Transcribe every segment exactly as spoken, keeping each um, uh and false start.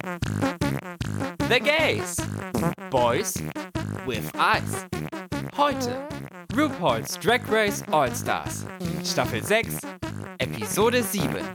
The Gays. Boys with Eyes. Heute RuPaul's Drag Race All-Stars. Staffel sechs, Episode sieben.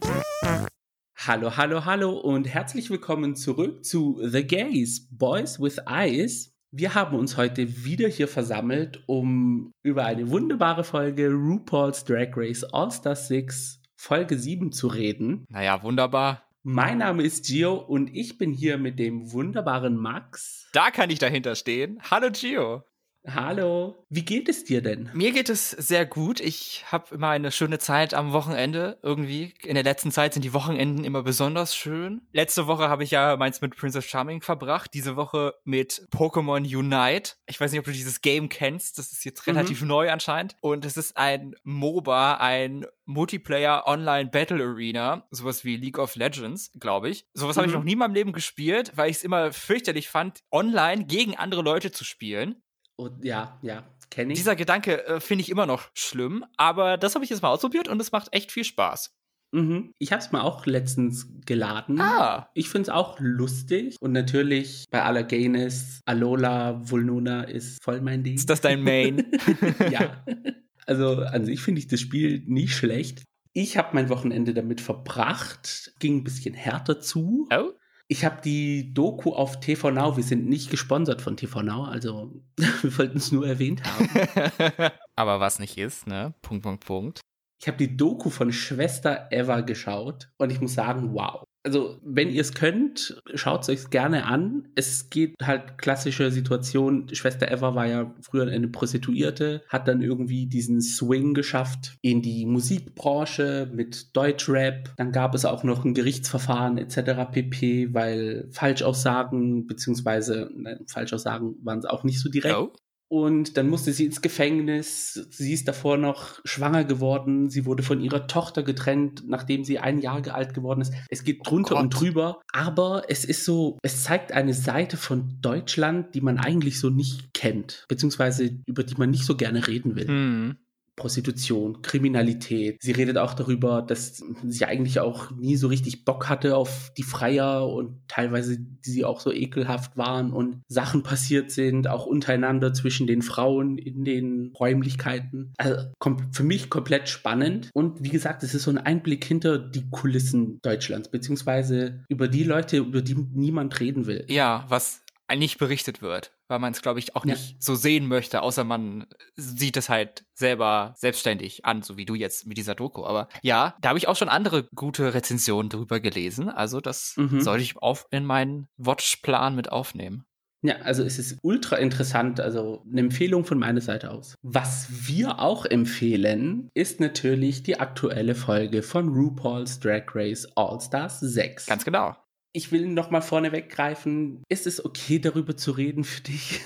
Hallo, hallo, hallo und herzlich willkommen zurück zu The Gays, Boys with Eyes. Wir haben uns heute wieder hier versammelt, um über eine wunderbare Folge RuPaul's Drag Race All-Stars sechs, Folge sieben zu reden. Naja, wunderbar. Mein Name ist Gio und ich bin hier mit dem wunderbaren Max. Da kann ich dahinter stehen. Hallo Gio. Hallo, wie geht es dir denn? Mir geht es sehr gut. Ich habe immer eine schöne Zeit am Wochenende irgendwie. In der letzten Zeit sind die Wochenenden immer besonders schön. Letzte Woche habe ich ja meins mit Princess Charming verbracht. Diese Woche mit Pokémon Unite. Ich weiß nicht, ob du dieses Game kennst. Das ist jetzt relativ mhm. neu anscheinend. Und es ist ein MOBA, ein Multiplayer Online Battle Arena. Sowas wie League of Legends, glaube ich. Sowas mhm. habe ich noch nie in meinem Leben gespielt, weil ich es immer fürchterlich fand, online gegen andere Leute zu spielen. Und ja, ja, kenne ich. Dieser Gedanke äh, finde ich immer noch schlimm, aber das habe ich jetzt mal ausprobiert und es macht echt viel Spaß. Mhm. Ich habe es mal auch letztens geladen. Ah. Ich finde es auch lustig und natürlich bei aller Gayness, Alola, Vulnuna ist voll mein Ding. Ist das dein Main? Ja. Also an sich finde ich das Spiel nicht schlecht. Ich habe mein Wochenende damit verbracht, ging ein bisschen härter zu. Oh? Ich habe die Doku auf T V Now, wir sind nicht gesponsert von T V Now, also wir wollten es nur erwähnt haben. Aber was nicht ist, ne? Punkt, Punkt, Punkt. Ich habe die Doku von Schwester Eva geschaut und ich muss sagen, wow. Also wenn ihr es könnt, schaut es euch gerne an. Es geht halt klassische Situation. Schwester Eva war ja früher eine Prostituierte, hat dann irgendwie diesen Swing geschafft in die Musikbranche mit Deutschrap. Dann gab es auch noch ein Gerichtsverfahren et cetera pp., weil Falschaussagen, beziehungsweise nein, Falschaussagen waren es auch nicht so direkt. Oh. Und dann musste sie ins Gefängnis. Sie ist davor noch schwanger geworden. Sie wurde von ihrer Tochter getrennt, nachdem sie ein Jahr alt geworden ist. Es geht drunter Oh und drüber. Aber es ist so, es zeigt eine Seite von Deutschland, die man eigentlich so nicht kennt. Beziehungsweise über die man nicht so gerne reden will. Hm. Prostitution, Kriminalität. Sie redet auch darüber, dass sie eigentlich auch nie so richtig Bock hatte auf die Freier und teilweise die sie auch so ekelhaft waren und Sachen passiert sind, auch untereinander zwischen den Frauen in den Räumlichkeiten. Also kom- für mich komplett spannend. Und wie gesagt, es ist so ein Einblick hinter die Kulissen Deutschlands, beziehungsweise über die Leute, über die niemand reden will. Ja, was nicht berichtet wird, weil man es, glaube ich, auch Ja. nicht so sehen möchte, außer man sieht es halt selber selbstständig an, so wie du jetzt mit dieser Doku. Aber ja, da habe ich auch schon andere gute Rezensionen drüber gelesen. Also das Mhm. sollte ich auf in meinen Watchplan mit aufnehmen. Ja, also es ist ultra interessant, also eine Empfehlung von meiner Seite aus. Was wir auch empfehlen, ist natürlich die aktuelle Folge von RuPaul's Drag Race All-Stars sechs. Ganz genau. Ich will noch mal vorne weggreifen. Ist es okay, darüber zu reden für dich?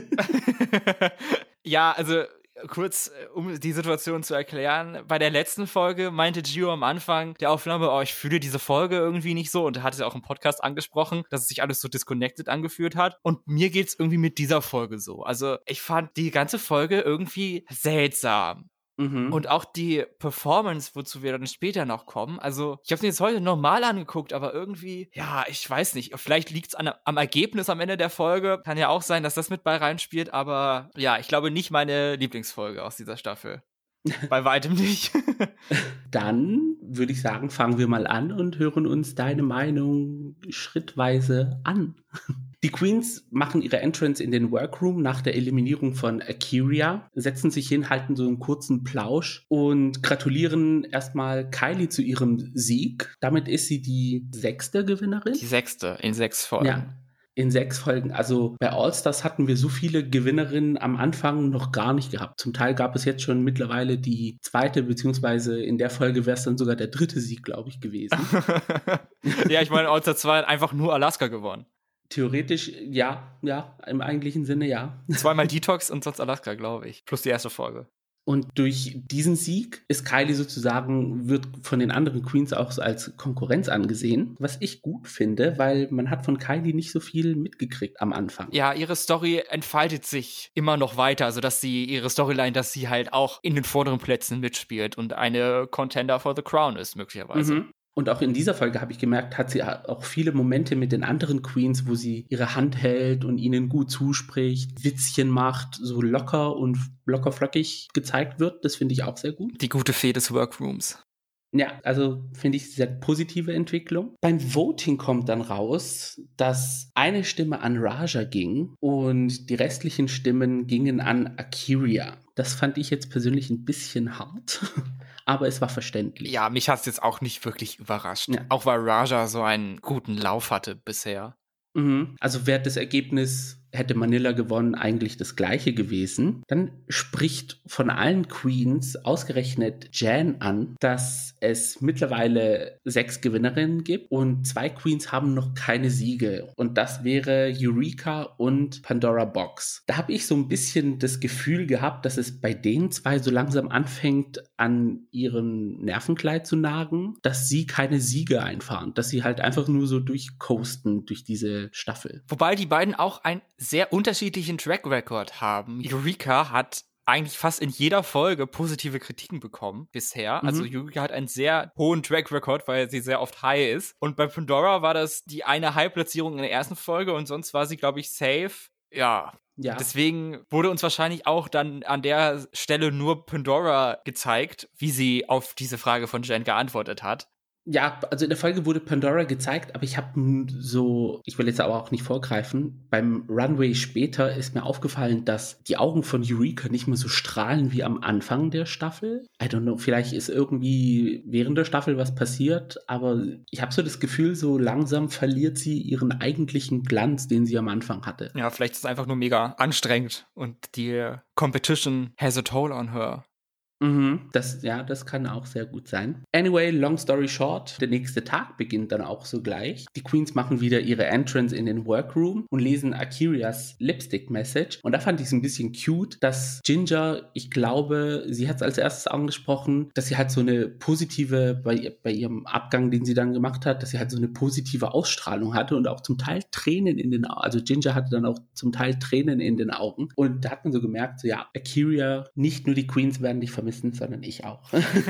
Ja, also kurz, um die Situation zu erklären. Bei der letzten Folge meinte Gio am Anfang der Aufnahme, oh, ich fühle diese Folge irgendwie nicht so. Und er hatte es auch im Podcast angesprochen, dass es sich alles so disconnected angefühlt hat. Und mir geht's irgendwie mit dieser Folge so. Also ich fand die ganze Folge irgendwie seltsam. Mhm. Und auch die Performance, wozu wir dann später noch kommen. Also, ich habe mir jetzt heute normal angeguckt, aber irgendwie, ja, ich weiß nicht. Vielleicht liegt es am Ergebnis am Ende der Folge. Kann ja auch sein, dass das mit bei reinspielt, aber ja, ich glaube nicht meine Lieblingsfolge aus dieser Staffel. Bei weitem nicht. Dann würde ich sagen, fangen wir mal an und hören uns deine Meinung schrittweise an. Die Queens machen ihre Entrance in den Workroom nach der Eliminierung von A'keria, setzen sich hin, halten so einen kurzen Plausch und gratulieren erstmal Kylie zu ihrem Sieg. Damit ist sie die sechste Gewinnerin. Die sechste in sechs Folgen. Ja, in sechs Folgen. Also bei All-Stars hatten wir so viele Gewinnerinnen am Anfang noch gar nicht gehabt. Zum Teil gab es jetzt schon mittlerweile die zweite, beziehungsweise in der Folge wäre es dann sogar der dritte Sieg, glaube ich, gewesen. Ja, ich meine, All-Star zwei hat einfach nur Alaska gewonnen. Theoretisch, ja, ja, im eigentlichen Sinne, ja. Zweimal Detox und sonst Alaska, glaube ich. Plus die erste Folge. Und durch diesen Sieg ist Kylie sozusagen, wird von den anderen Queens auch so als Konkurrenz angesehen, was ich gut finde, weil man hat von Kylie nicht so viel mitgekriegt am Anfang. Ja, ihre Story entfaltet sich immer noch weiter, also dass sie, ihre Storyline, dass sie halt auch in den vorderen Plätzen mitspielt und eine Contender for the Crown ist, möglicherweise. Mhm. Und auch in dieser Folge habe ich gemerkt, hat sie auch viele Momente mit den anderen Queens, wo sie ihre Hand hält und ihnen gut zuspricht, Witzchen macht, so locker und locker flockig gezeigt wird. Das finde ich auch sehr gut. Die gute Fee des Workrooms. Ja, also finde ich sehr positive Entwicklung. Beim Voting kommt dann raus, dass eine Stimme an Raja ging und die restlichen Stimmen gingen an A'keria. Das fand ich jetzt persönlich ein bisschen hart, aber es war verständlich. Ja, mich hat es jetzt auch nicht wirklich überrascht. Ja. Auch weil Raja so einen guten Lauf hatte bisher. Mhm. Also wäre das Ergebnis, hätte Manila gewonnen, eigentlich das gleiche gewesen. Dann spricht von allen Queens ausgerechnet Jan an, dass es mittlerweile sechs Gewinnerinnen gibt und zwei Queens haben noch keine Siege. Und das wäre Eureka und Pandora Box. Da habe ich so ein bisschen das Gefühl gehabt, dass es bei den zwei so langsam anfängt, an ihren Nervenkleid zu nagen, dass sie keine Siege einfahren, dass sie halt einfach nur so durchcoasten durch diese Staffel. Wobei die beiden auch ein sehr unterschiedlichen Track Record haben. Eureka hat eigentlich fast in jeder Folge positive Kritiken bekommen bisher. Mhm. Also Eureka hat einen sehr hohen Track Record, weil sie sehr oft high ist. Und bei Pandora war das die eine High-Platzierung in der ersten Folge und sonst war sie, glaube ich, safe. Ja. Ja. Deswegen wurde uns wahrscheinlich auch dann an der Stelle nur Pandora gezeigt, wie sie auf diese Frage von Jen geantwortet hat. Ja, also in der Folge wurde Pandora gezeigt, aber ich habe so, ich will jetzt aber auch nicht vorgreifen, beim Runway später ist mir aufgefallen, dass die Augen von Eureka nicht mehr so strahlen wie am Anfang der Staffel. I don't know, vielleicht ist irgendwie während der Staffel was passiert, aber ich habe so das Gefühl, so langsam verliert sie ihren eigentlichen Glanz, den sie am Anfang hatte. Ja, vielleicht ist es einfach nur mega anstrengend und die Competition has a toll on her. Mhm, das, ja, das kann auch sehr gut sein. Anyway, long story short, der nächste Tag beginnt dann auch sogleich. Die Queens machen wieder ihre Entrance in den Workroom und lesen A'kerias Lipstick-Message. Und da fand ich es ein bisschen cute, dass Ginger, ich glaube, sie hat es als erstes angesprochen, dass sie halt so eine positive, bei, bei ihrem Abgang, den sie dann gemacht hat, dass sie halt so eine positive Ausstrahlung hatte und auch zum Teil Tränen in den Augen. Also Ginger hatte dann auch zum Teil Tränen in den Augen. Und da hat man so gemerkt, so ja, A'keria, nicht nur die Queens werden dich vermissen, sondern ich auch.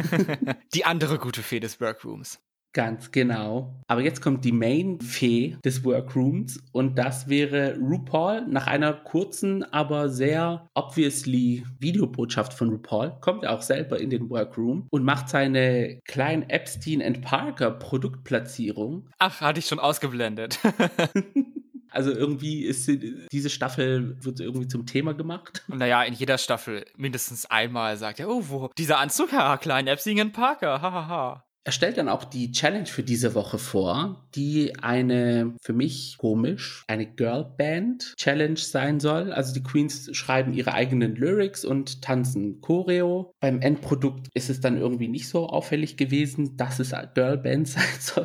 Die andere gute Fee des Workrooms. Ganz genau. Aber jetzt kommt die Main-Fee des Workrooms und das wäre RuPaul. Nach einer kurzen, aber sehr obviously Videobotschaft von RuPaul kommt er auch selber in den Workroom und macht seine kleinen Epstein and Parker Produktplatzierung. Ach, hatte ich schon ausgeblendet. Also irgendwie ist sie, diese Staffel wird irgendwie zum Thema gemacht. Naja, in jeder Staffel mindestens einmal sagt er, oh, wo, dieser Anzug, ha, klein Epstein und Parker, hahaha. Ha, ha. Er stellt dann auch die Challenge für diese Woche vor, die eine, für mich komisch, eine Girlband-Challenge sein soll. Also die Queens schreiben ihre eigenen Lyrics und tanzen Choreo. Beim Endprodukt ist es dann irgendwie nicht so auffällig gewesen, dass es eine Girlband sein soll.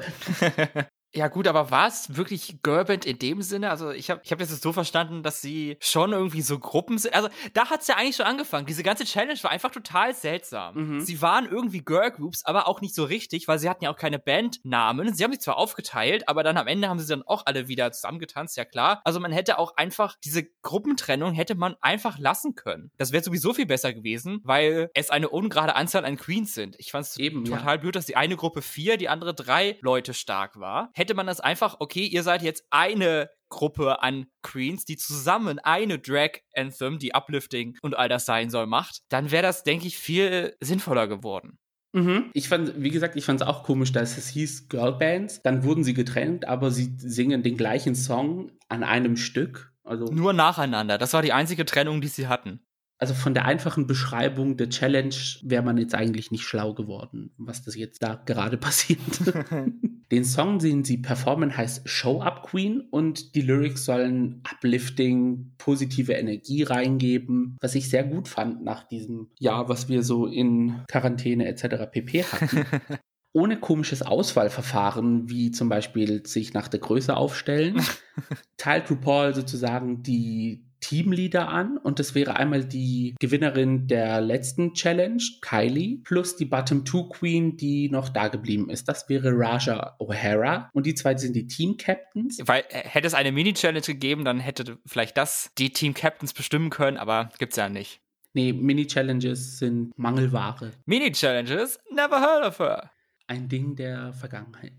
Ja gut, aber war es wirklich Girlband in dem Sinne? Also ich habe ich hab jetzt so verstanden, dass sie schon irgendwie so Gruppen sind. Also da hat es ja eigentlich schon angefangen. Diese ganze Challenge war einfach total seltsam. Mhm. Sie waren irgendwie Girlgroups, aber auch nicht so richtig, weil sie hatten ja auch keine Bandnamen. Sie haben sich zwar aufgeteilt, aber dann am Ende haben sie dann auch alle wieder zusammengetanzt, ja klar. Also man hätte auch einfach, diese Gruppentrennung hätte man einfach lassen können. Das wäre sowieso viel besser gewesen, weil es eine ungerade Anzahl an Queens sind. Ich fand es total ja. blöd, dass die eine Gruppe vier, die andere drei Leute stark war. Hätte man das einfach, okay, ihr seid jetzt eine Gruppe an Queens, die zusammen eine Drag-Anthem, die Uplifting und all das sein soll, macht, dann wäre das, denke ich, viel sinnvoller geworden. Mhm. Ich fand, wie gesagt, ich fand es auch komisch, dass es hieß Girlbands, dann wurden sie getrennt, aber sie singen den gleichen Song an einem Stück. Also nur nacheinander, das war die einzige Trennung, die sie hatten. Also von der einfachen Beschreibung der Challenge wäre man jetzt eigentlich nicht schlau geworden, was das jetzt da gerade passiert. Den Song, den sie performen, heißt Show Up Queen und die Lyrics sollen Uplifting, positive Energie reingeben, was ich sehr gut fand nach diesem Jahr, was wir so in Quarantäne et cetera pp. Hatten. Ohne komisches Auswahlverfahren, wie zum Beispiel sich nach der Größe aufstellen, teilt RuPaul sozusagen die Teamleader an und das wäre einmal die Gewinnerin der letzten Challenge, Kylie, plus die Bottom Two Queen, die noch da geblieben ist. Das wäre Raja O'Hara und die zwei sind die Team Captains. Weil hätte es eine Mini-Challenge gegeben, dann hätte vielleicht das die Team Captains bestimmen können, aber gibt's ja nicht. Nee, Mini-Challenges sind Mangelware. Mini-Challenges? Never heard of her. Ein Ding der Vergangenheit.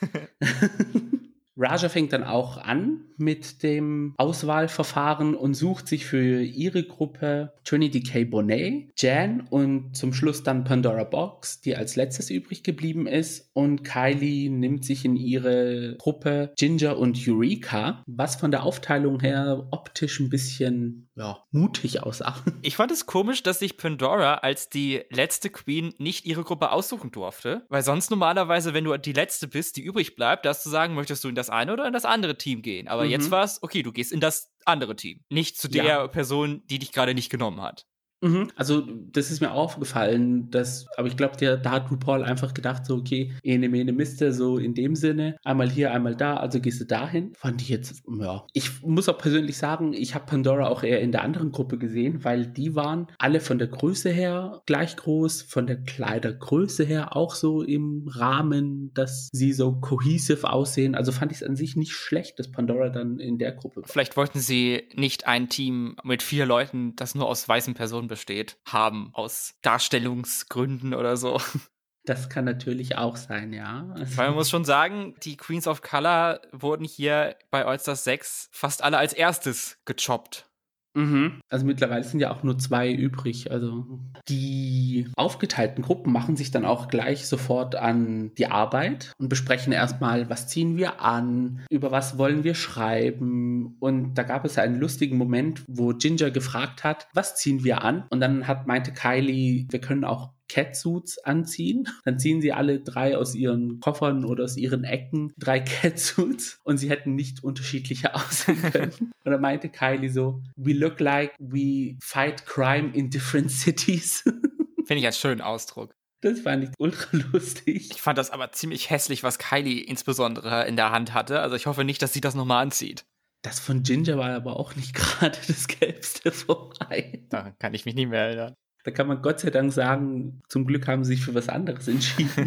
Raja fängt dann auch an mit dem Auswahlverfahren und sucht sich für ihre Gruppe Trinity K. Bonet, Jan und zum Schluss dann Pandora Boxx, die als letztes übrig geblieben ist. Und Kylie nimmt sich in ihre Gruppe Ginger und Eureka, was von der Aufteilung her optisch ein bisschen ja, mutig aussah. Ich fand es komisch, dass sich Pandora als die letzte Queen nicht ihre Gruppe aussuchen durfte, weil sonst normalerweise, wenn du die letzte bist, die übrig bleibt, darfst du sagen, möchtest du in das eine oder in das andere Team gehen. Aber mhm. jetzt war es, okay, du gehst in das andere Team, nicht zu der ja. Person, die dich gerade nicht genommen hat. Mhm. Also das ist mir aufgefallen, dass, aber ich glaube, da hat RuPaul einfach gedacht, so okay, ene mene miste, so in dem Sinne, einmal hier, einmal da, also gehst du dahin. Fand ich jetzt, ja. Ich muss auch persönlich sagen, ich habe Pandora auch eher in der anderen Gruppe gesehen, weil die waren alle von der Größe her gleich groß, von der Kleidergröße her auch so im Rahmen, dass sie so cohesive aussehen. Also fand ich es an sich nicht schlecht, dass Pandora dann in der Gruppe war. Vielleicht wollten sie nicht ein Team mit vier Leuten, das nur aus weißen Personen besteht, haben, aus Darstellungsgründen oder so. Das kann natürlich auch sein, ja. Weil man muss schon sagen, die Queens of Color wurden hier bei All Stars sechs fast alle als erstes gechoppt. Mhm. Also mittlerweile sind ja auch nur zwei übrig. Also die aufgeteilten Gruppen machen sich dann auch gleich sofort an die Arbeit und besprechen erstmal, was ziehen wir an, über was wollen wir schreiben. Und da gab es einen lustigen Moment, wo Ginger gefragt hat, was ziehen wir an? Und dann hat meinte Kylie, wir können auch Catsuits anziehen. Dann ziehen sie alle drei aus ihren Koffern oder aus ihren Ecken drei Catsuits und sie hätten nicht unterschiedlicher aussehen können. Und dann meinte Kylie so, we look like we fight crime in different cities. Finde ich einen schönen Ausdruck. Das fand ich ultra lustig. Ich fand das aber ziemlich hässlich, was Kylie insbesondere in der Hand hatte. Also ich hoffe nicht, dass sie das nochmal anzieht. Das von Ginger war aber auch nicht gerade das Gelbste vorbei. Da kann ich mich nicht mehr erinnern. Da kann man Gott sei Dank sagen, zum Glück haben sie sich für was anderes entschieden.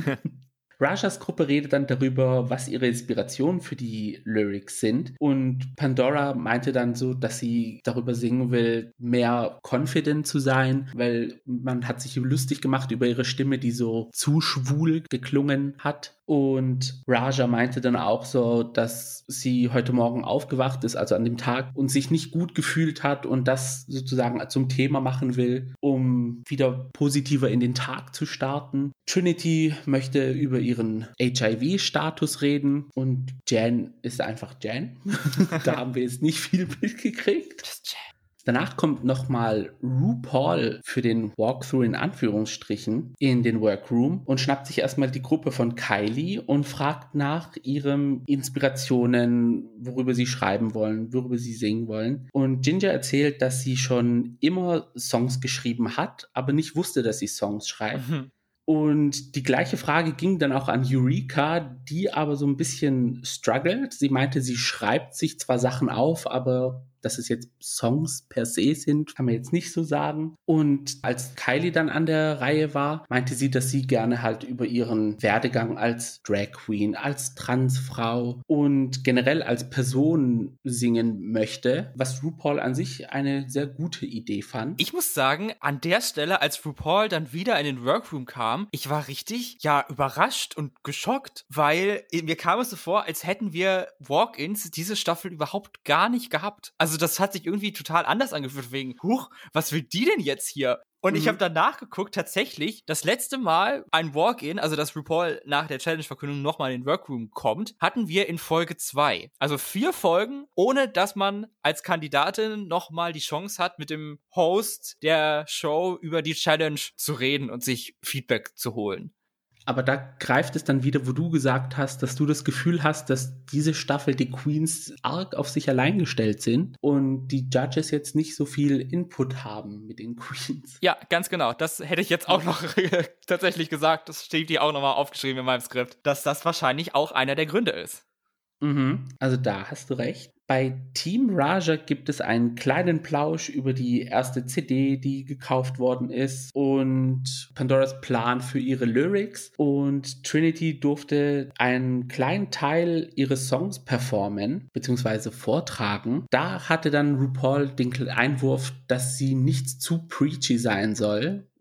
Rajas Gruppe redet dann darüber, was ihre Inspirationen für die Lyrics sind. Und Pandora meinte dann so, dass sie darüber singen will, mehr confident zu sein, weil man hat sich lustig gemacht über ihre Stimme, die so zu schwul geklungen hat. Und Raja meinte dann auch so, dass sie heute Morgen aufgewacht ist, also an dem Tag, und sich nicht gut gefühlt hat und das sozusagen zum Thema machen will, um wieder positiver in den Tag zu starten. Trinity möchte über ihren H I V-Status reden und Jan ist einfach Jan. Da haben wir jetzt nicht viel mitgekriegt. Just Jan. Danach kommt nochmal RuPaul für den Walkthrough in Anführungsstrichen in den Workroom und schnappt sich erstmal die Gruppe von Kylie und fragt nach ihren Inspirationen, worüber sie schreiben wollen, worüber sie singen wollen. Und Ginger erzählt, dass sie schon immer Songs geschrieben hat, aber nicht wusste, dass sie Songs schreibt. Mhm. Und die gleiche Frage ging dann auch an Eureka, die aber so ein bisschen struggelt. Sie meinte, sie schreibt sich zwar Sachen auf, aber dass es jetzt Songs per se sind, kann man jetzt nicht so sagen. Und als Kylie dann an der Reihe war, meinte sie, dass sie gerne halt über ihren Werdegang als Drag Queen, als Transfrau und generell als Person singen möchte, was RuPaul an sich eine sehr gute Idee fand. Ich muss sagen, an der Stelle, als RuPaul dann wieder in den Workroom kam, ich war richtig, ja, überrascht und geschockt, weil mir kam es so vor, als hätten wir Walk-ins diese Staffel überhaupt gar nicht gehabt. Also das hat sich irgendwie total anders angefühlt, wegen, huch, was will die denn jetzt hier? Und mhm. ich habe danach geguckt, tatsächlich, das letzte Mal ein Walk-in, also dass RuPaul nach der Challenge-Verkündung nochmal in den Workroom kommt, hatten wir in Folge zwei. Also vier Folgen, ohne dass man als Kandidatin nochmal die Chance hat, mit dem Host der Show über die Challenge zu reden und sich Feedback zu holen. Aber da greift es dann wieder, wo du gesagt hast, dass du das Gefühl hast, dass diese Staffel die Queens arg auf sich allein gestellt sind und die Judges jetzt nicht so viel Input haben mit den Queens. Ja, ganz genau. Das hätte ich jetzt auch noch tatsächlich gesagt. Das steht hier auch nochmal aufgeschrieben in meinem Skript, dass das wahrscheinlich auch einer der Gründe ist. Mhm. Also da hast du recht. Bei Team Raja gibt es einen kleinen Plausch über die erste C D, die gekauft worden ist und Pandoras Plan für ihre Lyrics. Und Trinity durfte einen kleinen Teil ihres Songs performen bzw. vortragen. Da hatte dann RuPaul den Einwurf, dass sie nicht zu preachy sein soll.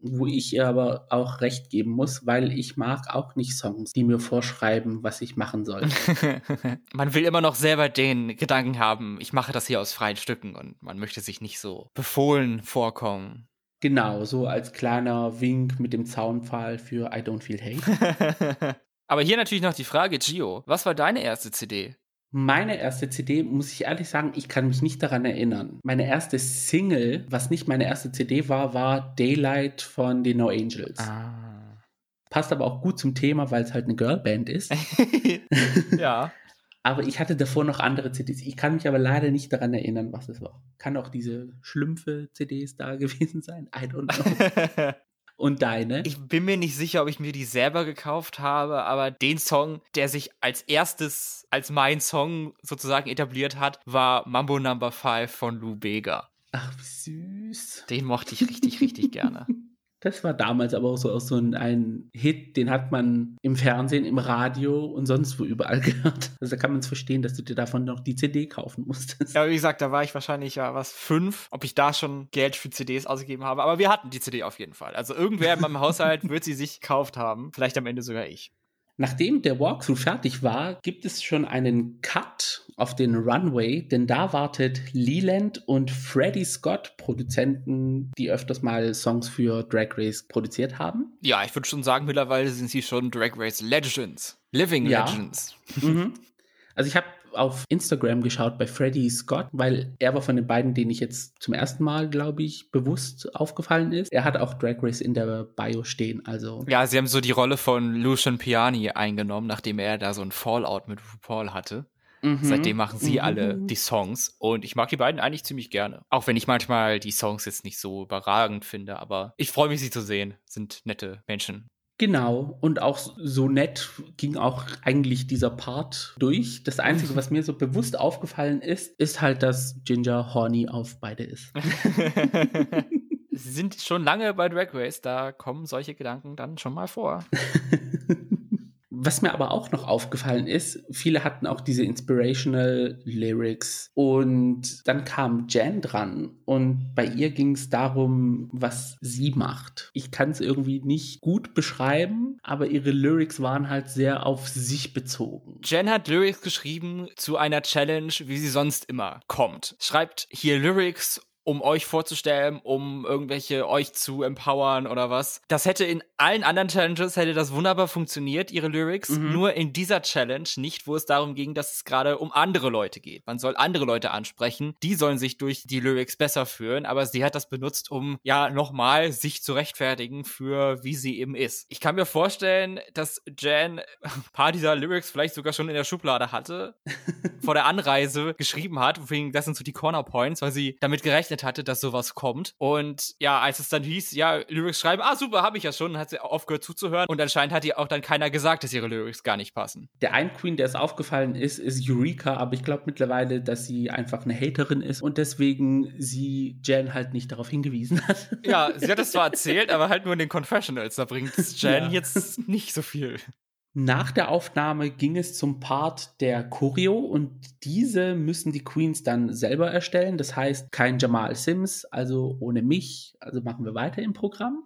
wo ich ihr aber auch recht geben muss, weil ich mag auch nicht Songs, die mir vorschreiben, was ich machen soll. Man will immer noch selber den Gedanken haben, ich mache das hier aus freien Stücken und man möchte sich nicht so befohlen vorkommen. Genau, so als kleiner Wink mit dem Zaunpfahl für I Don't Feel Hate. Aber hier natürlich noch die Frage, Gio, was war deine erste C D? Meine erste C D, muss ich ehrlich sagen, ich kann mich nicht daran erinnern. Meine erste Single, was nicht meine erste C D war, war Daylight von den No Angels. Ah. Passt aber auch gut zum Thema, weil es halt eine Girlband ist. Ja. Aber ich hatte davor noch andere C Ds. Ich kann mich aber leider nicht daran erinnern, was es war. Kann auch diese Schlümpfe-C Ds da gewesen sein. I don't know. Und deine? Ich bin mir nicht sicher, ob ich mir die selber gekauft habe, aber den Song, der sich als erstes als mein Song sozusagen etabliert hat, war Mambo Number Five von Lou Bega. Ach, wie süß. Den mochte ich richtig, richtig gerne. Das war damals aber auch so, auch so ein, ein Hit, den hat man im Fernsehen, im Radio und sonst wo überall gehört. Also da kann man es verstehen, dass du dir davon noch die C D kaufen musstest. Ja, wie gesagt, da war ich wahrscheinlich ja was, fünf, ob ich da schon Geld für C Ds ausgegeben habe. Aber wir hatten die C D auf jeden Fall. Also irgendwer in meinem Haushalt wird sie sich gekauft haben. Vielleicht am Ende sogar ich. Nachdem der Walkthrough fertig war, gibt es schon einen Cut auf den Runway, denn da wartet Leland und Freddie Scott, Produzenten, die öfters mal Songs für Drag Race produziert haben. Ja, ich würde schon sagen, mittlerweile sind sie schon Drag Race Legends. Living ja. Legends. Mhm. Also ich habe auf Instagram geschaut bei Freddie Scott, weil er war von den beiden, denen ich jetzt zum ersten Mal, glaube ich, bewusst aufgefallen ist. Er hat auch Drag Race in der Bio stehen, also. Ja, sie haben so die Rolle von Lucian Piani eingenommen, nachdem er da so ein Fallout mit RuPaul hatte. Mhm. Seitdem machen sie mhm. alle die Songs und ich mag die beiden eigentlich ziemlich gerne. Auch wenn ich manchmal die Songs jetzt nicht so überragend finde, aber ich freue mich, sie zu sehen. Sind nette Menschen. Genau, und auch so nett ging auch eigentlich dieser Part durch. Das Einzige, was mir so bewusst aufgefallen ist, ist halt, dass Ginger horny auf beide ist. Sie sind schon lange bei Drag Race, da kommen solche Gedanken dann schon mal vor. Was mir aber auch noch aufgefallen ist, viele hatten auch diese inspirational Lyrics und dann kam Jen dran und bei ihr ging es darum, was sie macht. Ich kann es irgendwie nicht gut beschreiben, aber ihre Lyrics waren halt sehr auf sich bezogen. Jen hat Lyrics geschrieben zu einer Challenge, wie sie sonst immer kommt. Schreibt hier Lyrics, um euch vorzustellen, um irgendwelche euch zu empowern oder was. Das hätte in allen anderen Challenges, hätte das wunderbar funktioniert, ihre Lyrics. Mhm. Nur in dieser Challenge nicht, wo es darum ging, dass es gerade um andere Leute geht. Man soll andere Leute ansprechen. Die sollen sich durch die Lyrics besser fühlen. Aber sie hat das benutzt, um ja nochmal sich zu rechtfertigen für wie sie eben ist. Ich kann mir vorstellen, dass Jen ein paar dieser Lyrics vielleicht sogar schon in der Schublade hatte, vor der Anreise geschrieben hat. Deswegen, das sind so die Corner Points, weil sie damit gerechnet hatte, dass sowas kommt. Und ja, als es dann hieß, ja, Lyrics schreiben, ah, super, habe ich ja schon, dann hat sie aufgehört zuzuhören und anscheinend hat ihr auch dann keiner gesagt, dass ihre Lyrics gar nicht passen. Der ein Queen, der es aufgefallen ist, ist Eureka, aber ich glaube mittlerweile, dass sie einfach eine Haterin ist und deswegen sie Jen halt nicht darauf hingewiesen hat. Ja, sie hat es zwar erzählt, aber halt nur in den Confessionals, da bringt Jen ja. jetzt nicht so viel. Nach der Aufnahme ging es zum Part der Choreo und diese müssen die Queens dann selber erstellen. Das heißt, kein Jamal Sims, also ohne mich. Also machen wir weiter im Programm.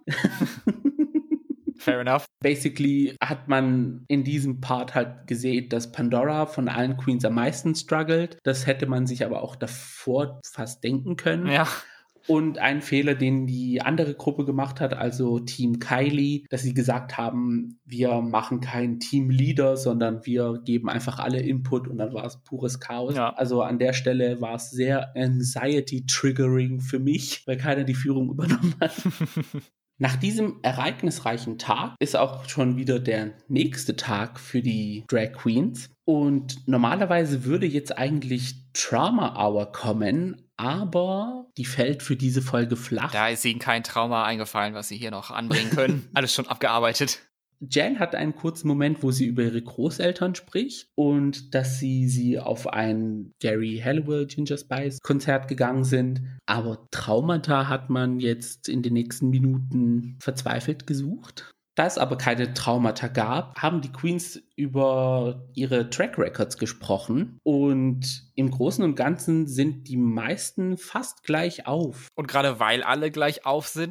Fair enough. Basically hat man in diesem Part halt gesehen, dass Pandora von allen Queens am meisten struggelt. Das hätte man sich aber auch davor fast denken können. Ja. Und ein Fehler, den die andere Gruppe gemacht hat, also Team Kylie, dass sie gesagt haben, wir machen keinen Teamleader, sondern wir geben einfach alle Input und dann war es pures Chaos. Ja. Also an der Stelle war es sehr Anxiety-Triggering für mich, weil keiner die Führung übernommen hat. Nach diesem ereignisreichen Tag ist auch schon wieder der nächste Tag für die Drag Queens. Und normalerweise würde jetzt eigentlich Trauma Hour kommen, aber die fällt für diese Folge flach. Da ist ihnen kein Trauma eingefallen, was sie hier noch anbringen können. Alles schon abgearbeitet. Jen hat einen kurzen Moment, wo sie über ihre Großeltern spricht und dass sie sie auf ein Gary Halliwell Ginger Spice Konzert gegangen sind. Aber Traumata hat man jetzt in den nächsten Minuten verzweifelt gesucht. Da es aber keine Traumata gab, haben die Queens über ihre Track Records gesprochen und im Großen und Ganzen sind die meisten fast gleich auf. Und gerade weil alle gleich auf sind,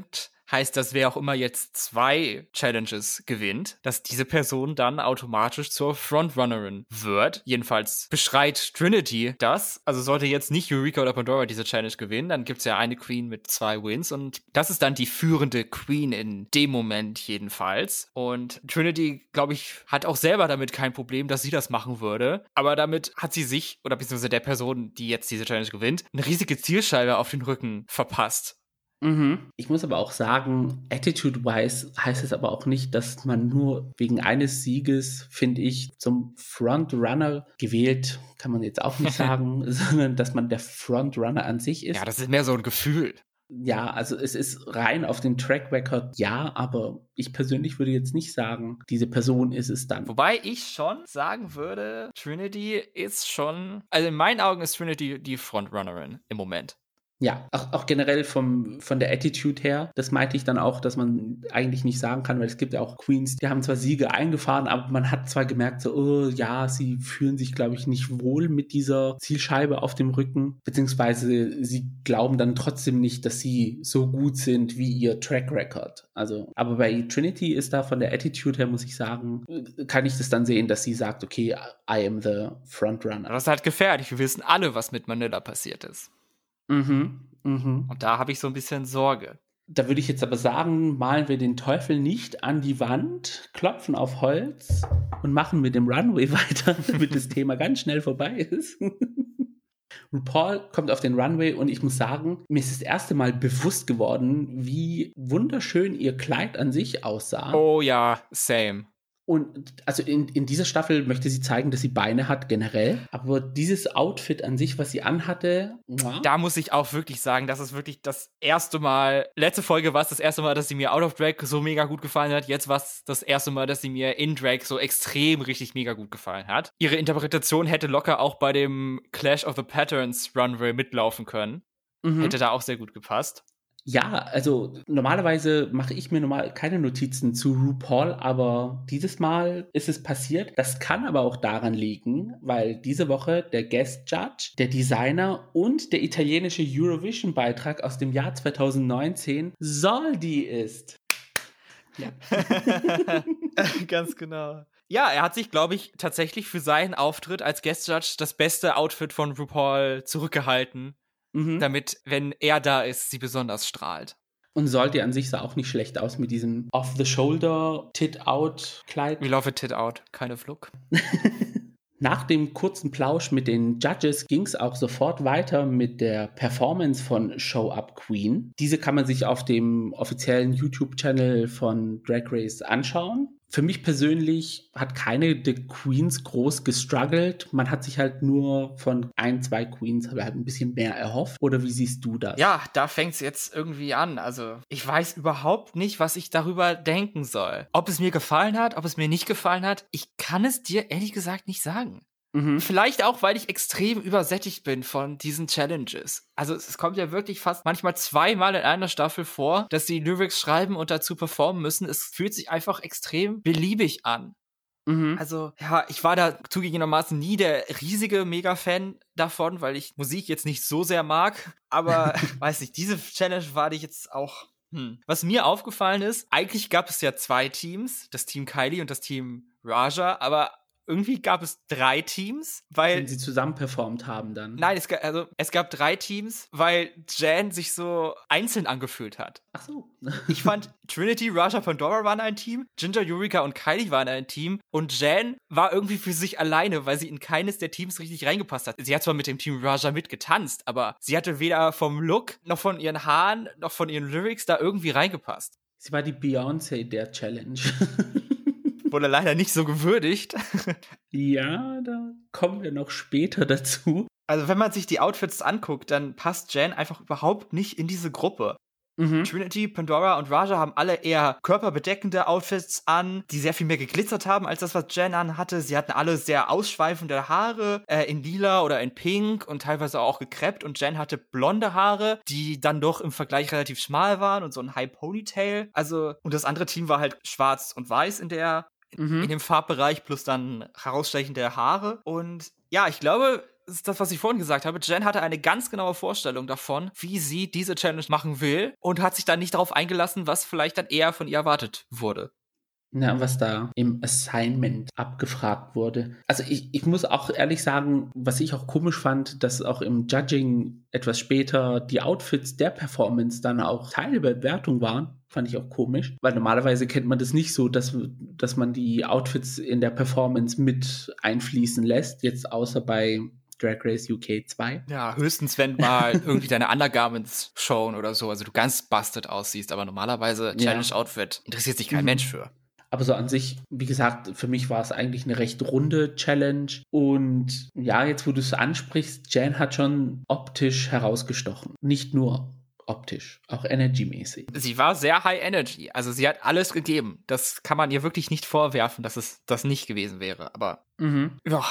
heißt, dass wer auch immer jetzt zwei Challenges gewinnt, dass diese Person dann automatisch zur Frontrunnerin wird. Jedenfalls beschreit Trinity das. Also sollte jetzt nicht Eureka oder Pandora diese Challenge gewinnen, dann gibt's ja eine Queen mit zwei Wins und das ist dann die führende Queen in dem Moment jedenfalls. Und Trinity, glaube ich, hat auch selber damit kein Problem, dass sie das machen würde. Aber damit hat sie sich, oder beziehungsweise der Person, die jetzt diese Challenge gewinnt, eine riesige Zielscheibe auf den Rücken verpasst. Mhm. Ich muss aber auch sagen, attitude-wise heißt es aber auch nicht, dass man nur wegen eines Sieges, finde ich, zum Frontrunner gewählt, kann man jetzt auch nicht sagen, sondern dass man der Frontrunner an sich ist. Ja, das ist mehr so ein Gefühl. Ja, also es ist rein auf den Track Record, ja, aber ich persönlich würde jetzt nicht sagen, diese Person ist es dann. Wobei ich schon sagen würde, Trinity ist schon, also in meinen Augen ist Trinity die Frontrunnerin im Moment. Ja, auch, auch generell vom, von der Attitude her, das meinte ich dann auch, dass man eigentlich nicht sagen kann, weil es gibt ja auch Queens, die haben zwar Siege eingefahren, aber man hat zwar gemerkt, so, oh ja, sie fühlen sich, glaube ich, nicht wohl mit dieser Zielscheibe auf dem Rücken, beziehungsweise sie glauben dann trotzdem nicht, dass sie so gut sind wie ihr Track Record. Also, aber bei Trinity ist da von der Attitude her, muss ich sagen, kann ich das dann sehen, dass sie sagt, okay, I am the Frontrunner. Das ist halt gefährlich. Wir wissen alle, was mit Manila passiert ist. Mhm, mhm. Und da habe ich so ein bisschen Sorge. Da würde ich jetzt aber sagen, malen wir den Teufel nicht an die Wand, klopfen auf Holz und machen mit dem Runway weiter, damit das Thema ganz schnell vorbei ist. RuPaul kommt auf den Runway und ich muss sagen, mir ist das erste Mal bewusst geworden, wie wunderschön ihr Kleid an sich aussah. Oh ja, same. Und also in, in dieser Staffel möchte sie zeigen, dass sie Beine hat generell. Aber dieses Outfit an sich, was sie anhatte, muah. Da muss ich auch wirklich sagen, das ist wirklich das erste Mal, letzte Folge war es das erste Mal, dass sie mir out of Drag so mega gut gefallen hat. Jetzt war es das erste Mal, dass sie mir in Drag so extrem richtig mega gut gefallen hat. Ihre Interpretation hätte locker auch bei dem Clash of the Patterns Runway mitlaufen können. Mhm. Hätte da auch sehr gut gepasst. Ja, also normalerweise mache ich mir normal keine Notizen zu RuPaul, aber dieses Mal ist es passiert. Das kann aber auch daran liegen, weil diese Woche der Guest Judge, der Designer und der italienische Eurovision-Beitrag aus dem Jahr zwanzig neunzehn Soldi ist. Ja. Ganz genau. Ja, er hat sich, glaube ich, tatsächlich für seinen Auftritt als Guest Judge das beste Outfit von RuPaul zurückgehalten. Mhm. Damit, wenn er da ist, sie besonders strahlt. Und Soldi an sich sah auch nicht schlecht aus mit diesem Off-the-Shoulder-Tit-Out-Kleid. We love a Tit-Out, kind of look. Nach dem kurzen Plausch mit den Judges ging es auch sofort weiter mit der Performance von Show Up Queen. Diese kann man sich auf dem offiziellen YouTube-Channel von Drag Race anschauen. Für mich persönlich hat keine der Queens groß gestruggelt. Man hat sich halt nur von ein, zwei Queens halt ein bisschen mehr erhofft. Oder wie siehst du das? Ja, da fängt es jetzt irgendwie an. Also ich weiß überhaupt nicht, was ich darüber denken soll. Ob es mir gefallen hat, ob es mir nicht gefallen hat. Ich kann es dir ehrlich gesagt nicht sagen. Mhm. Vielleicht auch, weil ich extrem übersättigt bin von diesen Challenges. Also es kommt ja wirklich fast manchmal zweimal in einer Staffel vor, dass sie Lyrics schreiben und dazu performen müssen. Es fühlt sich einfach extrem beliebig an. Mhm. Also ja, ich war da zugegebenermaßen nie der riesige Mega-Fan davon, weil ich Musik jetzt nicht so sehr mag. Aber weiß nicht, diese Challenge war die jetzt auch... Hm. Was mir aufgefallen ist, eigentlich gab es ja zwei Teams, das Team Kylie und das Team Raja, aber irgendwie gab es drei Teams, weil... Wenn sie zusammen performt haben dann. Nein, es gab, also, es gab drei Teams, weil Jan sich so einzeln angefühlt hat. Ach so. Ich fand, Trinity, Raja, Pandora waren ein Team, Ginger, Eureka und Kylie waren ein Team und Jan war irgendwie für sich alleine, weil sie in keines der Teams richtig reingepasst hat. Sie hat zwar mit dem Team Raja mitgetanzt, aber sie hatte weder vom Look, noch von ihren Haaren, noch von ihren Lyrics da irgendwie reingepasst. Sie war die Beyoncé der Challenge. Wurde leider nicht so gewürdigt. Ja, da kommen wir noch später dazu. Also wenn man sich die Outfits anguckt, dann passt Jan einfach überhaupt nicht in diese Gruppe. Mhm. Trinity, Pandora und Raja haben alle eher körperbedeckende Outfits an, die sehr viel mehr geglitzert haben als das, was Jan anhatte. Sie hatten alle sehr ausschweifende Haare, äh, in lila oder in pink und teilweise auch gekreppt. Und Jan hatte blonde Haare, die dann doch im Vergleich relativ schmal waren und so ein High Ponytail. Also, und das andere Team war halt schwarz und weiß in der Mhm. in dem Farbbereich plus dann herausstechende Haare. Und ja, ich glaube, ist das, was ich vorhin gesagt habe. Jen hatte eine ganz genaue Vorstellung davon, wie sie diese Challenge machen will und hat sich dann nicht darauf eingelassen, was vielleicht dann eher von ihr erwartet wurde. Na, was da im Assignment abgefragt wurde. Also ich, ich muss auch ehrlich sagen, was ich auch komisch fand, dass auch im Judging etwas später die Outfits der Performance dann auch Teil der Bewertung waren. Fand ich auch komisch, weil normalerweise kennt man das nicht so, dass, dass man die Outfits in der Performance mit einfließen lässt, jetzt außer bei Drag Race U K zwei. Ja, höchstens, wenn mal irgendwie deine Undergarments showen oder so, also du ganz busted aussiehst, aber normalerweise Challenge-Outfit interessiert sich kein mhm. Mensch für. Aber so an sich, wie gesagt, für mich war es eigentlich eine recht runde Challenge. Und ja, jetzt wo du es ansprichst, Jen hat schon optisch herausgestochen. Nicht nur optisch, auch energymäßig. Sie war sehr high energy, also sie hat alles gegeben. Das kann man ihr wirklich nicht vorwerfen, dass es das nicht gewesen wäre. Aber mhm. ja,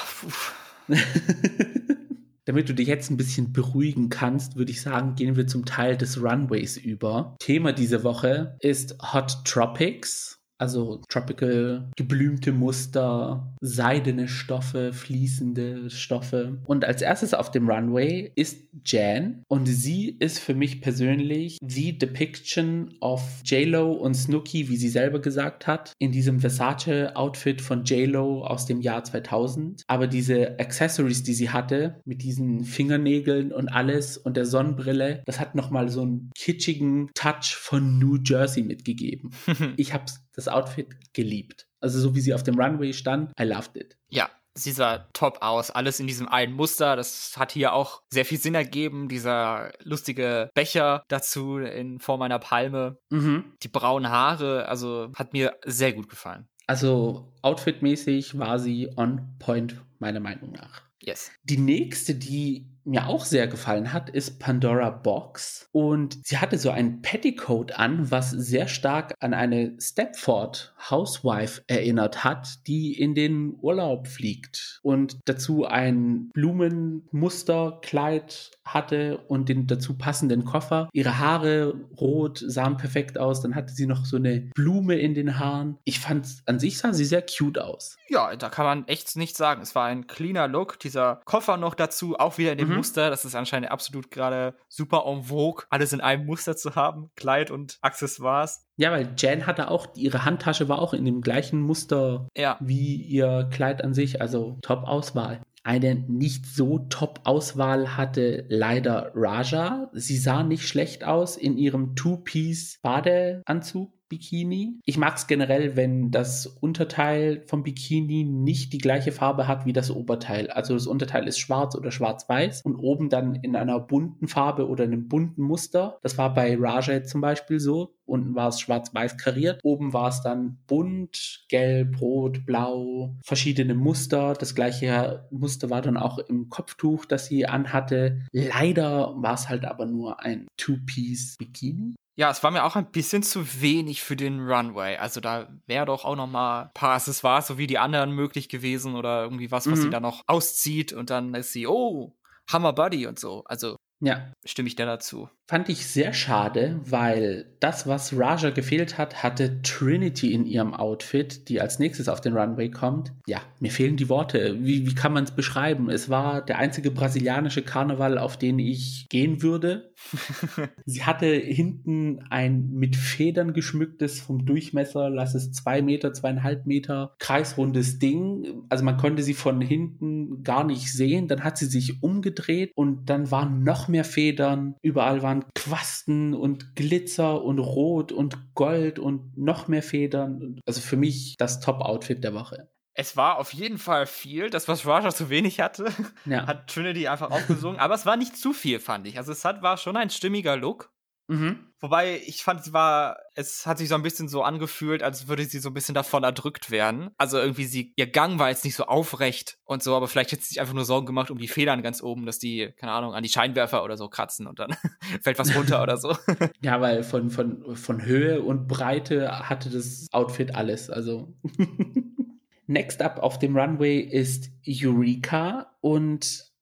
damit du dich jetzt ein bisschen beruhigen kannst, würde ich sagen, gehen wir zum Teil des Runways über. Thema diese Woche ist Hot Tropics. Also tropical, geblümte Muster, seidene Stoffe, fließende Stoffe. Und als erstes auf dem Runway ist Jan. Und sie ist für mich persönlich the depiction of J-Lo und Snooki, wie sie selber gesagt hat, in diesem Versace-Outfit von J-Lo aus dem Jahr zweitausend. Aber diese Accessories, die sie hatte, mit diesen Fingernägeln und alles und der Sonnenbrille, das hat nochmal so einen kitschigen Touch von New Jersey mitgegeben. Ich hab's das Outfit geliebt. Also so wie sie auf dem Runway stand, I loved it. Ja, sie sah top aus. Alles in diesem einen Muster. Das hat hier auch sehr viel Sinn ergeben. Dieser lustige Becher dazu in Form einer Palme. Mhm. Die braunen Haare. Also hat mir sehr gut gefallen. Also outfitmäßig war sie on point, meiner Meinung nach. Yes. Die nächste, die mir auch sehr gefallen hat, ist Pandora Box. Und sie hatte so ein Petticoat an, was sehr stark an eine Stepford Housewife erinnert hat, die in den Urlaub fliegt. Und dazu ein Blumenmusterkleid hatte und den dazu passenden Koffer. Ihre Haare rot, sahen perfekt aus. Dann hatte sie noch so eine Blume in den Haaren. Ich fand, an sich sah sie sehr cute aus. Ja, da kann man echt nichts sagen. Es war ein cleaner Look. Dieser Koffer noch dazu, auch wieder in dem mhm. Muster. Das ist anscheinend absolut gerade super en vogue, alles in einem Muster zu haben. Kleid und Accessoires. Ja, weil Jan hatte auch, ihre Handtasche war auch in dem gleichen Muster ja. wie ihr Kleid an sich. Also Top-Auswahl. Eine nicht so Top-Auswahl hatte leider Raja. Sie sah nicht schlecht aus in ihrem Two-Piece-Badeanzug. Bikini. Ich mag es generell, wenn das Unterteil vom Bikini nicht die gleiche Farbe hat wie das Oberteil. Also das Unterteil ist schwarz oder schwarz-weiß und oben dann in einer bunten Farbe oder einem bunten Muster. Das war bei Raja zum Beispiel so. Unten war es schwarz-weiß kariert. Oben war es dann bunt, gelb, rot, blau, verschiedene Muster. Das gleiche Muster war dann auch im Kopftuch, das sie anhatte. Leider war es halt aber nur ein Two-Piece-Bikini. Ja, es war mir auch ein bisschen zu wenig für den Runway. Also da wäre doch auch noch mal ein paar Accessoires, so wie die anderen möglich gewesen oder irgendwie was, was mhm. sie da noch auszieht und dann ist sie, oh, Hammer Buddy und so. Also ja, stimme ich da dazu. Fand ich sehr schade, weil das, was Raja gefehlt hat, hatte Trinity in ihrem Outfit, die als nächstes auf den Runway kommt. Ja, mir fehlen die Worte. Wie, wie kann man es beschreiben? Es war der einzige brasilianische Karneval, auf den ich gehen würde. Sie hatte hinten ein mit Federn geschmücktes, vom Durchmesser, lass es zwei Meter, zweieinhalb Meter, kreisrundes Ding. Also man konnte sie von hinten gar nicht sehen. Dann hat sie sich umgedreht und dann waren noch mehr Federn. Überall waren Quasten und Glitzer und Rot und Gold und noch mehr Federn. Also für mich das Top-Outfit der Woche. Es war auf jeden Fall viel. Das, was Raja zu wenig hatte, ja. hat Trinity einfach aufgesungen. Aber es war nicht zu viel, fand ich. Also es hat, war schon ein stimmiger Look. Mhm. Wobei, ich fand, sie war, es hat sich so ein bisschen so angefühlt, als würde sie so ein bisschen davon erdrückt werden. Also irgendwie sie, ihr Gang war jetzt nicht so aufrecht und so, aber vielleicht hat sie sich einfach nur Sorgen gemacht um die Federn ganz oben, dass die, keine Ahnung, an die Scheinwerfer oder so kratzen und dann fällt was runter oder so. Ja, weil von, von, von Höhe und Breite hatte das Outfit alles, also. Next up auf dem Runway ist Eureka und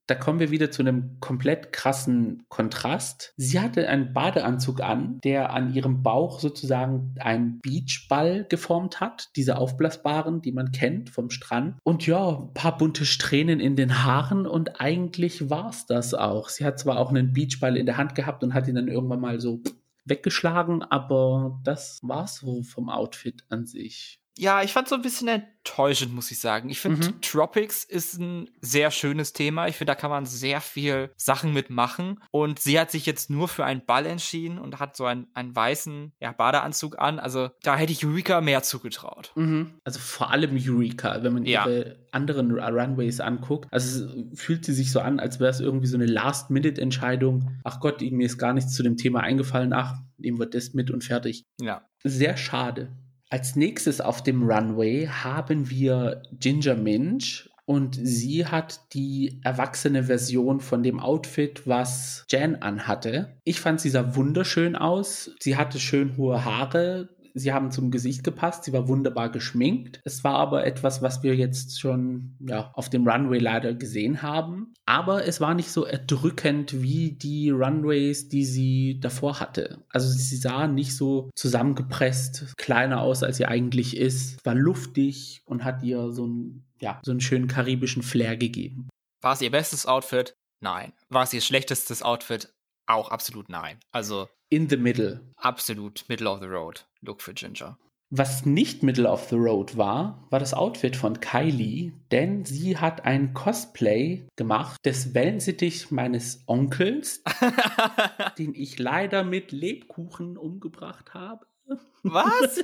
Da kommen wir wieder zu einem komplett krassen Kontrast. Sie hatte einen Badeanzug an, der an ihrem Bauch sozusagen einen Beachball geformt hat. Diese aufblasbaren, die man kennt vom Strand. Und ja, ein paar bunte Strähnen in den Haaren und eigentlich war es das auch. Sie hat zwar auch einen Beachball in der Hand gehabt und hat ihn dann irgendwann mal so weggeschlagen, aber das war's so vom Outfit an sich. Ja, ich fand so ein bisschen enttäuschend, muss ich sagen. Ich finde, mhm. Tropics ist ein sehr schönes Thema. Ich finde, da kann man sehr viel Sachen mitmachen. Und sie hat sich jetzt nur für einen Ball entschieden und hat so einen, einen weißen ja, Badeanzug an. Also da hätte ich Eureka mehr zugetraut. Mhm. Also vor allem Eureka, wenn man ja. ihre anderen Runways anguckt. Also fühlt sie sich so an, als wäre es irgendwie so eine Last-Minute-Entscheidung. Ach Gott, mir ist gar nichts zu dem Thema eingefallen. Ach, nehmen wir das mit und fertig. Ja. Sehr schade. Als nächstes auf dem Runway haben wir Ginger Minj und sie hat die erwachsene Version von dem Outfit, was Jan anhatte. Ich fand, sie sah wunderschön aus. Sie hatte schön hohe Haare. Sie haben zum Gesicht gepasst, sie war wunderbar geschminkt. Es war aber etwas, was wir jetzt schon ja, auf dem Runway leider gesehen haben. Aber es war nicht so erdrückend wie die Runways, die sie davor hatte. Also sie sah nicht so zusammengepresst, kleiner aus, als sie eigentlich ist. War luftig und hat ihr so einen, ja, so einen schönen karibischen Flair gegeben. War es ihr bestes Outfit? Nein. War es ihr schlechtestes Outfit? Auch absolut nein. Also in the middle. Absolut middle of the road. Look für Ginger. Was nicht middle of the road war, war das Outfit von Kylie, denn sie hat ein Cosplay gemacht des Wellensittichs meines Onkels, den ich leider mit Lebkuchen umgebracht habe. Was?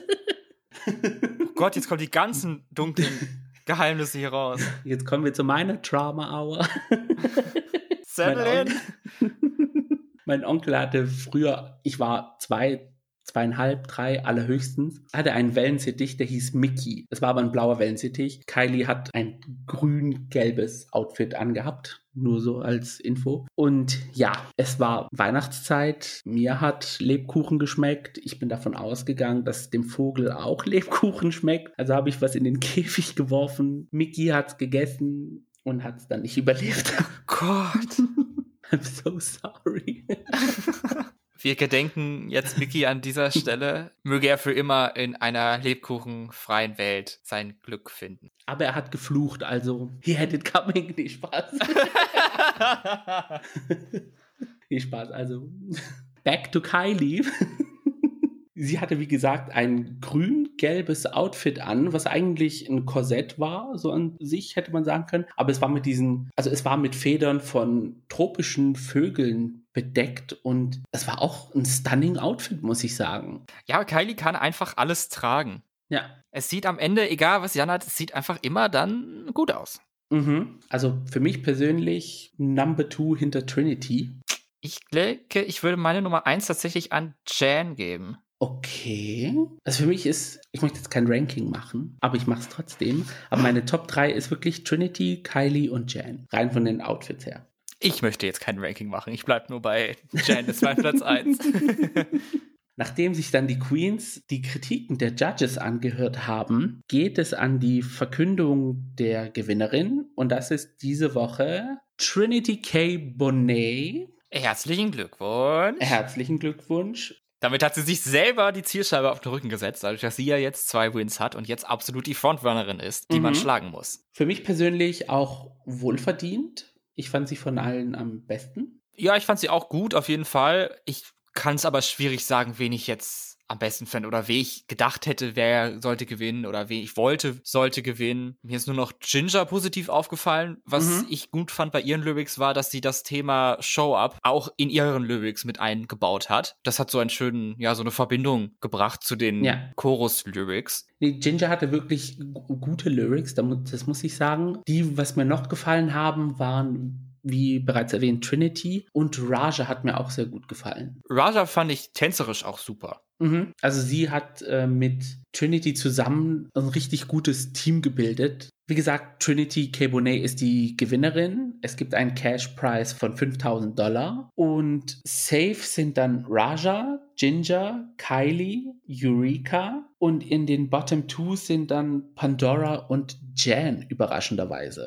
Oh Gott, jetzt kommen die ganzen dunklen Geheimnisse hier raus. Jetzt kommen wir zu meiner Trauma Hour. Settle in. Mein Onkel hatte früher, ich war zwei, zweieinhalb, drei allerhöchstens, hatte einen Wellensittich, der hieß Mickey. Es war aber ein blauer Wellensittich. Kylie hat ein grün-gelbes Outfit angehabt, nur so als Info. Und ja, es war Weihnachtszeit. Mir hat Lebkuchen geschmeckt. Ich bin davon ausgegangen, dass dem Vogel auch Lebkuchen schmeckt. Also habe ich was in den Käfig geworfen. Mickey hat's gegessen und hat es dann nicht überlebt. Oh Gott. I'm so sorry. Wir gedenken jetzt Mickey an dieser Stelle. Möge er für immer in einer lebkuchenfreien Welt sein Glück finden. Aber er hat geflucht, also he had it coming. Nee, Spaß. Nee, Spaß, also back to Kylie. Sie hatte, wie gesagt, ein grün-gelbes Outfit an, was eigentlich ein Korsett war, so an sich hätte man sagen können. Aber es war mit diesen, also es war mit Federn von tropischen Vögeln bedeckt und es war auch ein stunning Outfit, muss ich sagen. Ja, Kylie kann einfach alles tragen. Ja. Es sieht am Ende, egal was Jan hat, es sieht einfach immer dann gut aus. Mhm. Also für mich persönlich Number Two hinter Trinity. Ich denke, ich würde meine Nummer eins tatsächlich an Jan geben. Okay. Also für mich ist, ich möchte jetzt kein Ranking machen, aber ich mache es trotzdem. Aber meine Top drei ist wirklich Trinity, Kylie und Jan. Rein von den Outfits her. Ich möchte jetzt kein Ranking machen. Ich bleibe nur bei Jan, das war Platz eins. Nachdem sich dann die Queens die Kritiken der Judges angehört haben, geht es an die Verkündung der Gewinnerin. Und das ist diese Woche Trinity K. Bonet. Herzlichen Glückwunsch. Herzlichen Glückwunsch. Damit hat sie sich selber die Zielscheibe auf den Rücken gesetzt, dadurch, dass sie ja jetzt zwei Wins hat und jetzt absolut die Frontrunnerin ist, die mhm. man schlagen muss. Für mich persönlich auch wohlverdient. Ich fand sie von allen am besten. Ja, ich fand sie auch gut, auf jeden Fall. Ich kann es aber schwierig sagen, wen ich jetzt am besten fände oder wen ich gedacht hätte, wer sollte gewinnen oder wen ich wollte, sollte gewinnen. Mir ist nur noch Ginger positiv aufgefallen. Was mhm. ich gut fand bei ihren Lyrics war, dass sie das Thema Show-Up auch in ihren Lyrics mit eingebaut hat. Das hat so einen schönen, ja, so eine Verbindung gebracht zu den ja. Chorus-Lyrics. Nee, Ginger hatte wirklich g- gute Lyrics, das muss ich sagen. Die, was mir noch gefallen haben, waren wie bereits erwähnt, Trinity und Raja hat mir auch sehr gut gefallen. Raja fand ich tänzerisch auch super. Mhm. Also sie hat äh, mit Trinity zusammen ein richtig gutes Team gebildet. Wie gesagt, Trinity K. Bonet ist die Gewinnerin. Es gibt einen Cash-Prize von fünftausend Dollar. Und safe sind dann Raja, Ginger, Kylie, Eureka. Und in den Bottom Two sind dann Pandora und Jan, überraschenderweise.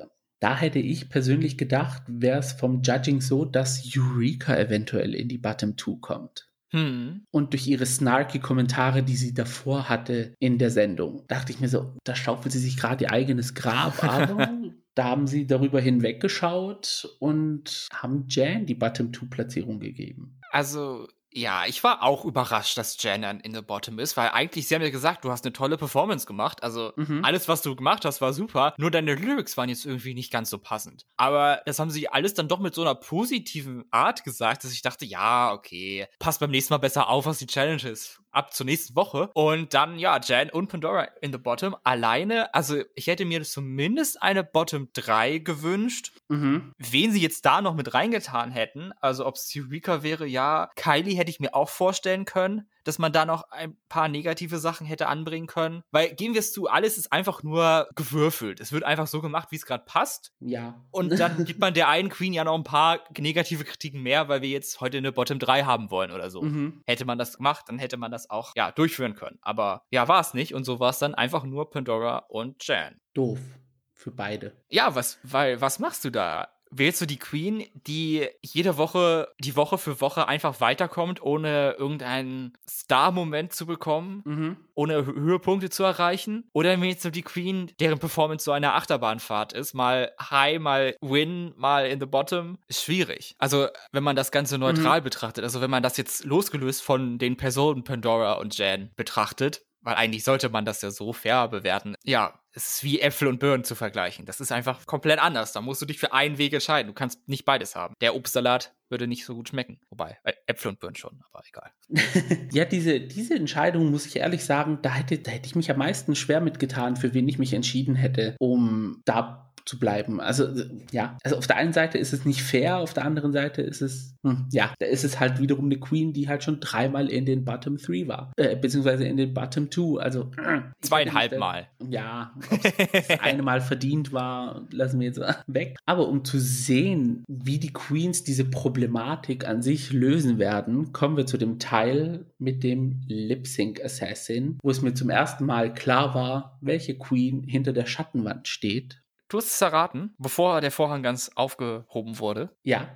Da hätte ich persönlich gedacht, wäre es vom Judging so, dass Eureka eventuell in die Bottom Two kommt. Hm. Und durch ihre snarky Kommentare, die sie davor hatte in der Sendung, dachte ich mir so, da schaufelt sie sich gerade ihr eigenes Grab, aber da haben sie darüber hinweggeschaut und haben Jan die Bottom-Two-Platzierung gegeben. Also, ja, ich war auch überrascht, dass Jan dann in the Bottom ist, weil eigentlich, sie haben ja gesagt, du hast eine tolle Performance gemacht, also Mhm. alles, was du gemacht hast, war super, nur deine Lyrics waren jetzt irgendwie nicht ganz so passend. Aber das haben sie alles dann doch mit so einer positiven Art gesagt, dass ich dachte, ja, okay, passt beim nächsten Mal besser auf, was die Challenge ist. Ab zur nächsten Woche. Und dann, ja, Jan und Pandora in the Bottom alleine. Also, ich hätte mir zumindest eine Bottom drei gewünscht. Mhm. Wen sie jetzt da noch mit reingetan hätten, also ob es Eureka wäre, ja, Kylie hätte ich mir auch vorstellen können, dass man da noch ein paar negative Sachen hätte anbringen können. Weil, geben wir es zu, alles ist einfach nur gewürfelt. Es wird einfach so gemacht, wie es gerade passt. Ja. Und dann gibt man der einen Queen ja noch ein paar negative Kritiken mehr, weil wir jetzt heute eine Bottom drei haben wollen oder so. Mhm. Hätte man das gemacht, dann hätte man das auch, ja, durchführen können. Aber ja, war es nicht. Und so war es dann einfach nur Pandora und Jan. Doof. Für beide. Ja, was, weil, was machst du da? Wählst du die Queen, die jede Woche, die Woche für Woche einfach weiterkommt, ohne irgendeinen Star-Moment zu bekommen, Mhm. ohne Hö- Höhepunkte zu erreichen? Oder wählst du die Queen, deren Performance so eine Achterbahnfahrt ist? Mal High, mal Win, mal in the Bottom? Ist schwierig. Also, wenn man das Ganze neutral betrachtet, also wenn man das jetzt losgelöst von den Personen Pandora und Jan betrachtet, weil eigentlich sollte man das ja so fair bewerten. Ja, es ist wie Äpfel und Birnen zu vergleichen. Das ist einfach komplett anders. Da musst du dich für einen Weg entscheiden. Du kannst nicht beides haben. Der Obstsalat würde nicht so gut schmecken. Wobei, äh, Äpfel und Birnen schon, aber egal. Ja, diese, diese Entscheidung, muss ich ehrlich sagen, da hätte, da hätte ich mich am meisten schwer mitgetan, für wen ich mich entschieden hätte, um da zu bleiben. Also, ja, also auf der einen Seite ist es nicht fair, auf der anderen Seite ist es, hm, ja, da ist es halt wiederum eine Queen, die halt schon dreimal in den Bottom Three war, äh, beziehungsweise in den Bottom Two, also Zweieinhalb Mal. Ja, ob es das eine Mal verdient war, lassen wir jetzt weg. Aber um zu sehen, wie die Queens diese Problematik an sich lösen werden, kommen wir zu dem Teil mit dem Lip-Sync Assassin, wo es mir zum ersten Mal klar war, welche Queen hinter der Schattenwand steht. Du hast es erraten, bevor der Vorhang ganz aufgehoben wurde. Ja.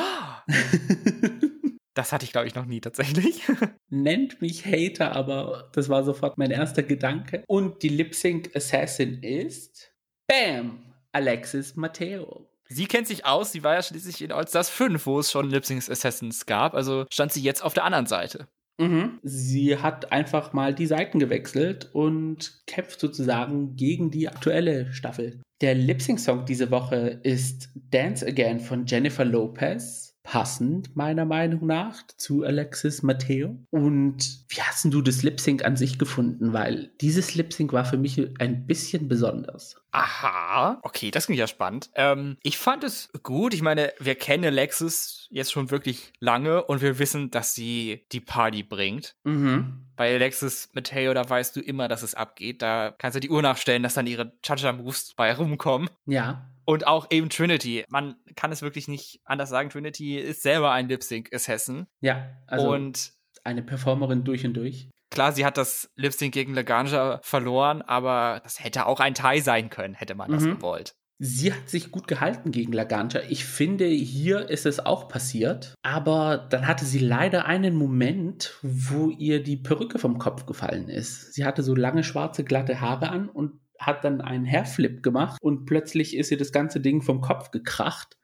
Das hatte ich, glaube ich, noch nie tatsächlich. Nennt mich Hater, aber das war sofort mein erster Gedanke. Und die Lip-Sync Assassin ist Bam! Alexis Mateo. Sie kennt sich aus, sie war ja schließlich in All Stars fünf, wo es schon Lip-Sync Assassins gab, also stand sie jetzt auf der anderen Seite. Mhm. Sie hat einfach mal die Seiten gewechselt und kämpft sozusagen gegen die aktuelle Staffel. Der Lip-Sync-Song diese Woche ist Dance Again von Jennifer Lopez. Passend, meiner Meinung nach, zu Alexis Mateo. Und wie hast du das Lip-Sync an sich gefunden? Weil dieses Lip-Sync war für mich ein bisschen besonders. Aha, okay, das klingt ja spannend. Ähm, ich fand es gut. Ich meine, wir kennen Alexis jetzt schon wirklich lange und wir wissen, dass sie die Party bringt. Mhm. Bei Alexis Mateo, da weißt du immer, dass es abgeht. Da kannst du die Uhr nachstellen, dass dann ihre Cha-Cha-Moves bei rumkommen. Ja. Und auch eben Trinity. Man kann es wirklich nicht anders sagen. Trinity ist selber ein Lip-Sync-Assassin. Ja, also und eine Performerin durch und durch. Klar, sie hat das Lip-Sync gegen Laganja verloren, aber das hätte auch ein Tie sein können, hätte man das Mhm. gewollt. Sie hat sich gut gehalten gegen Laganja. Ich finde, hier ist es auch passiert. Aber dann hatte sie leider einen Moment, wo ihr die Perücke vom Kopf gefallen ist. Sie hatte so lange, schwarze, glatte Haare an und hat dann einen Hairflip gemacht. Und plötzlich ist ihr das ganze Ding vom Kopf gekracht.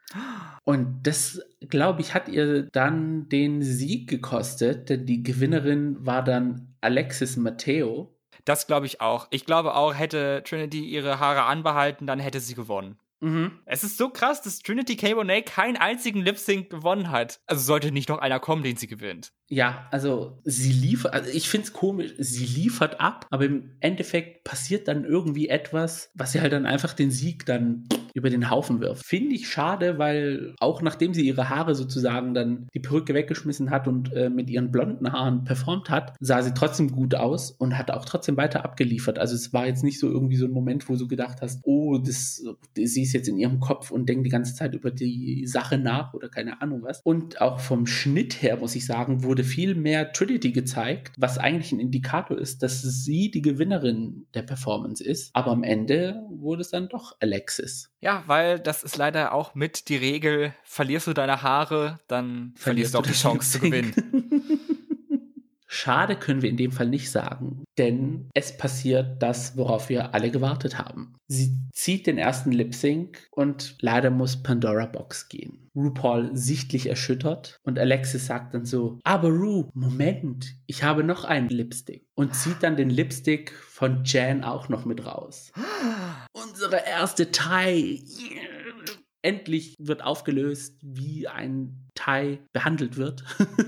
Und das, glaube ich, hat ihr dann den Sieg gekostet. Denn die Gewinnerin war dann Alexis Mateo. Das glaube ich auch. Ich glaube auch, hätte Trinity ihre Haare anbehalten, dann hätte sie gewonnen. Mhm. Es ist so krass, dass Trinity K. Bonet keinen einzigen Lip-Sync gewonnen hat. Also sollte nicht noch einer kommen, den sie gewinnt. Ja, also sie liefert, also ich finde es komisch, sie liefert ab, aber im Endeffekt passiert dann irgendwie etwas, was sie halt dann einfach den Sieg dann über den Haufen wirft. Finde ich schade, weil auch nachdem sie ihre Haare sozusagen dann die Perücke weggeschmissen hat und äh, mit ihren blonden Haaren performt hat, sah sie trotzdem gut aus und hat auch trotzdem weiter abgeliefert. Also es war jetzt nicht so irgendwie so ein Moment, wo du gedacht hast, oh, das, sie ist jetzt in ihrem Kopf und denkt die ganze Zeit über die Sache nach oder keine Ahnung was. Und auch vom Schnitt her, muss ich sagen, wurde viel mehr Trinity gezeigt, was eigentlich ein Indikator ist, dass sie die Gewinnerin der Performance ist. Aber am Ende wurde es dann doch Alexis. Ja, weil das ist leider auch mit die Regel, verlierst du deine Haare, dann verlierst, verlierst du auch die Chance zu gewinnen. Schade können wir in dem Fall nicht sagen, denn es passiert das, worauf wir alle gewartet haben. Sie zieht den ersten Lip-Sync und leider muss Pandora Box gehen. RuPaul sichtlich erschüttert und Alexis sagt dann so, aber Ru, Moment, ich habe noch einen Lipstick und zieht dann den Lipstick von Jan auch noch mit raus. Unsere erste Tie. Endlich wird aufgelöst, wie ein Tie behandelt wird.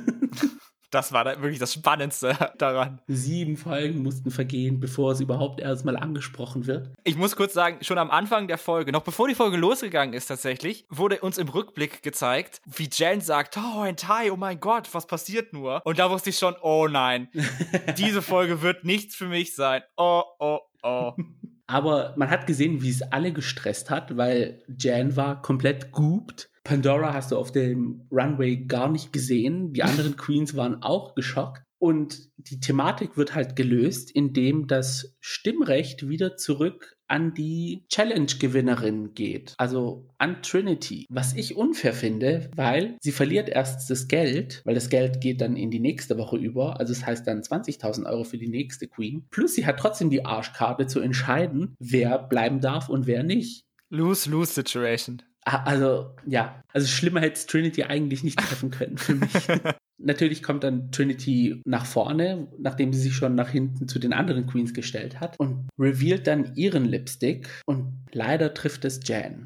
Das war da wirklich das Spannendste daran. Sieben Folgen mussten vergehen, bevor es überhaupt erstmal angesprochen wird. Ich muss kurz sagen, schon am Anfang der Folge, noch bevor die Folge losgegangen ist tatsächlich, wurde uns im Rückblick gezeigt, wie Jan sagt, oh, ein Thai, oh mein Gott, was passiert nur? Und da wusste ich schon, oh nein, diese Folge wird nichts für mich sein. Oh, oh, oh. Aber man hat gesehen, wie es alle gestresst hat, weil Jan war komplett goopt. Pandora hast du auf dem Runway gar nicht gesehen. Die anderen Queens waren auch geschockt. Und die Thematik wird halt gelöst, indem das Stimmrecht wieder zurück an die Challenge-Gewinnerin geht. Also an Trinity. Was ich unfair finde, weil sie verliert erst das Geld, weil das Geld geht dann in die nächste Woche über. Also das heißt dann zwanzigtausend Euro für die nächste Queen. Plus sie hat trotzdem die Arschkarte zu entscheiden, wer bleiben darf und wer nicht. Lose-lose-Situation. Also, ja. Also schlimmer hätte es Trinity eigentlich nicht treffen können für mich. Natürlich kommt dann Trinity nach vorne, nachdem sie sich schon nach hinten zu den anderen Queens gestellt hat und revealt dann ihren Lipstick und leider trifft es Jan.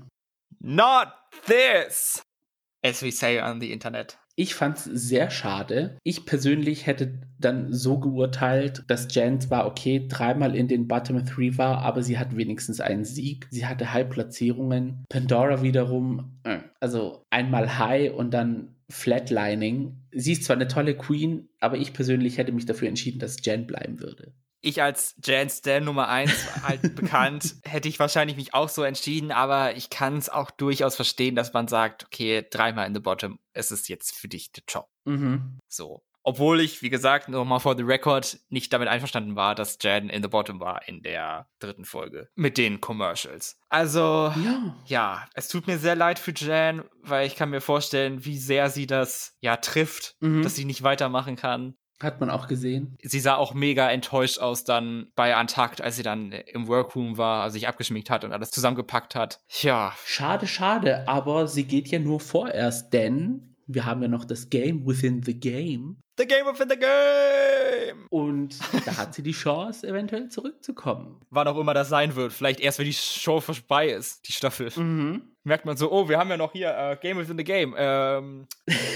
Not this! As we say on the Internet. Ich fand es sehr schade. Ich persönlich hätte dann so geurteilt, dass Jan zwar okay dreimal in den Bottom Three war, aber sie hat wenigstens einen Sieg. Sie hatte Halbplatzierungen. Pandora wiederum, also einmal High und dann Flatlining. Sie ist zwar eine tolle Queen, aber ich persönlich hätte mich dafür entschieden, dass Jan bleiben würde. Ich als Jan Stan Nummer eins halt bekannt, hätte ich wahrscheinlich mich auch so entschieden, aber ich kann es auch durchaus verstehen, dass man sagt, okay, dreimal in the bottom, es ist jetzt für dich der Job. Mhm. So. Obwohl ich, wie gesagt, nochmal for the record, nicht damit einverstanden war, dass Jan in the bottom war in der dritten Folge mit den Commercials. Also, ja, ja es tut mir sehr leid für Jan, weil ich kann mir vorstellen, wie sehr sie das ja trifft, mhm. dass sie nicht weitermachen kann. Hat man auch gesehen. Sie sah auch mega enttäuscht aus dann bei Untakt, als sie dann im Workroom war, also sich abgeschminkt hat und alles zusammengepackt hat. Ja. Schade, schade, aber sie geht ja nur vorerst, denn wir haben ja noch das Game within the game. The game within the game! Und da hat sie die Chance, eventuell zurückzukommen. Wann auch immer das sein wird. Vielleicht erst, wenn die Show vorbei ist, die Staffel. Mhm. Merkt man so, oh, wir haben ja noch hier uh, Game within the game. Ähm...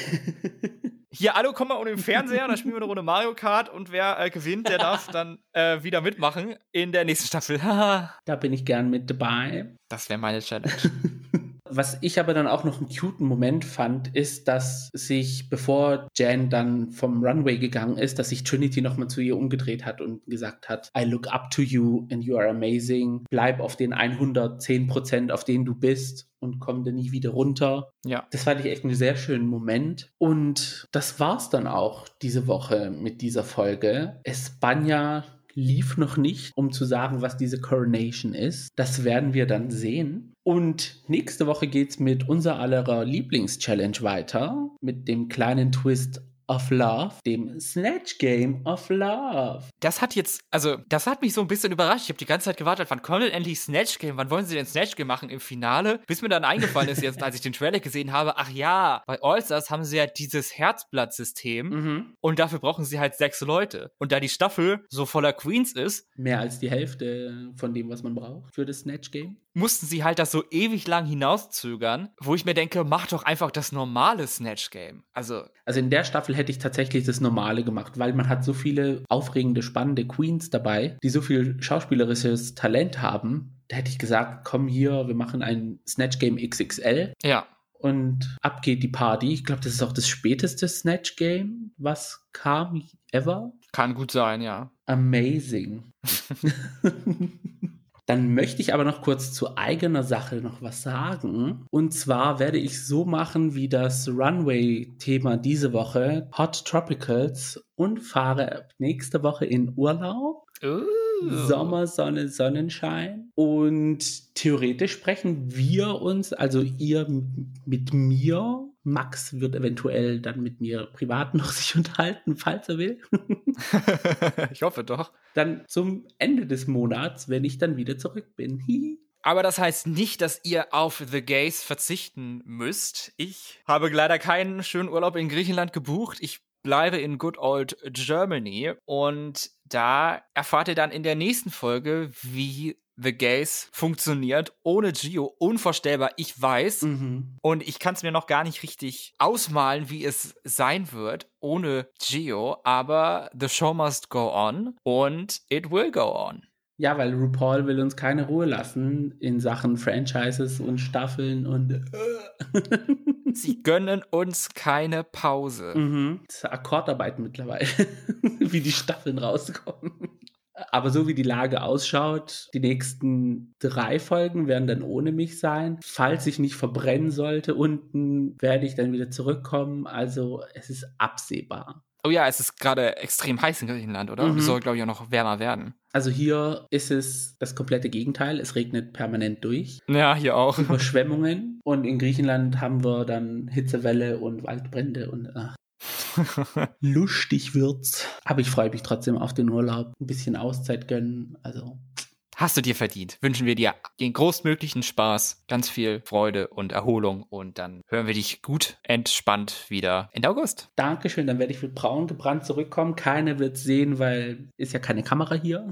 Hier, alle kommen mal um den Fernseher, dann spielen wir eine Runde Mario Kart und wer äh, gewinnt, der darf dann äh, wieder mitmachen in der nächsten Staffel. Da bin ich gern mit dabei. Das wäre meine Challenge. Was ich aber dann auch noch einen cuten Moment fand, ist, dass sich, bevor Jan dann vom Runway gegangen ist, dass sich Trinity nochmal zu ihr umgedreht hat und gesagt hat, I look up to you and you are amazing. Bleib auf den hundertzehn Prozent, auf denen du bist und komm da nie wieder runter. Ja. Das fand ich echt einen sehr schönen Moment. Und das war's dann auch diese Woche mit dieser Folge. Espana lief noch nicht, um zu sagen, was diese Coronation ist. Das werden wir dann sehen. Und nächste Woche geht's mit unser aller Lieblings-Challenge weiter. Mit dem kleinen Twist of Love, dem Snatch Game of Love. Das hat jetzt, also, das hat mich so ein bisschen überrascht. Ich habe die ganze Zeit gewartet, wann kommt denn endlich Snatch Game? Wann wollen sie denn Snatch Game machen im Finale? Bis mir dann eingefallen ist jetzt, als ich den Trailer gesehen habe, ach ja, bei All-Stars haben sie ja dieses Herzblatt-System Mhm. und dafür brauchen sie halt sechs Leute. Und da die Staffel so voller Queens ist, mehr als die Hälfte von dem, was man braucht für das Snatch Game, mussten sie halt das so ewig lang hinauszögern, wo ich mir denke, mach doch einfach das normale Snatch Game. Also, also in der Staffel hätte ich tatsächlich das Normale gemacht, weil man hat so viele aufregende, spannende Queens dabei, die so viel schauspielerisches Talent haben. Da hätte ich gesagt, komm hier, wir machen ein Snatch Game X X L. Ja. Und ab geht die Party. Ich glaube, das ist auch das späteste Snatch Game, was kam ever. Kann gut sein, ja. Amazing. Dann möchte ich aber noch kurz zu eigener Sache noch was sagen. Und zwar werde ich so machen wie das Runway-Thema diese Woche, Hot Tropicals, und fahre ab nächste Woche in Urlaub. Uh. Sommer, Sonne, Sonnenschein. Und theoretisch sprechen wir uns, also ihr mit mir. Max wird eventuell dann mit mir privat noch sich unterhalten, falls er will. Ich hoffe doch. Dann zum Ende des Monats, wenn ich dann wieder zurück bin. Aber das heißt nicht, dass ihr auf The Gays verzichten müsst. Ich habe leider keinen schönen Urlaub in Griechenland gebucht. Ich bleibe in good old Germany. Und da erfahrt ihr dann in der nächsten Folge, wie The Gays funktioniert, ohne Gio. Unvorstellbar, ich weiß. Mhm. Und ich kann es mir noch gar nicht richtig ausmalen, wie es sein wird ohne Gio. Aber the show must go on und it will go on. Ja, weil RuPaul will uns keine Ruhe lassen in Sachen Franchises und Staffeln und Sie gönnen uns keine Pause. Mhm. Das ist Akkordarbeit mittlerweile, wie die Staffeln rauskommen. Aber so wie die Lage ausschaut, die nächsten drei Folgen werden dann ohne mich sein. Falls ich nicht verbrennen sollte unten, werde ich dann wieder zurückkommen. Also es ist absehbar. Oh ja, es ist gerade extrem heiß in Griechenland, oder? Mhm. Es soll, glaube ich, auch noch wärmer werden. Also hier ist es das komplette Gegenteil. Es regnet permanent durch. Ja, hier auch. Überschwemmungen. Und in Griechenland haben wir dann Hitzewelle und Waldbrände und ach. Lustig wird's. Aber ich freue mich trotzdem auf den Urlaub. Ein bisschen Auszeit gönnen. Also. Hast du dir verdient. Wünschen wir dir den großmöglichen Spaß, ganz viel Freude und Erholung und dann hören wir dich gut entspannt wieder Ende August. Dankeschön, dann werde ich mit braun gebrannt zurückkommen. Keiner wird sehen, weil ist ja keine Kamera hier.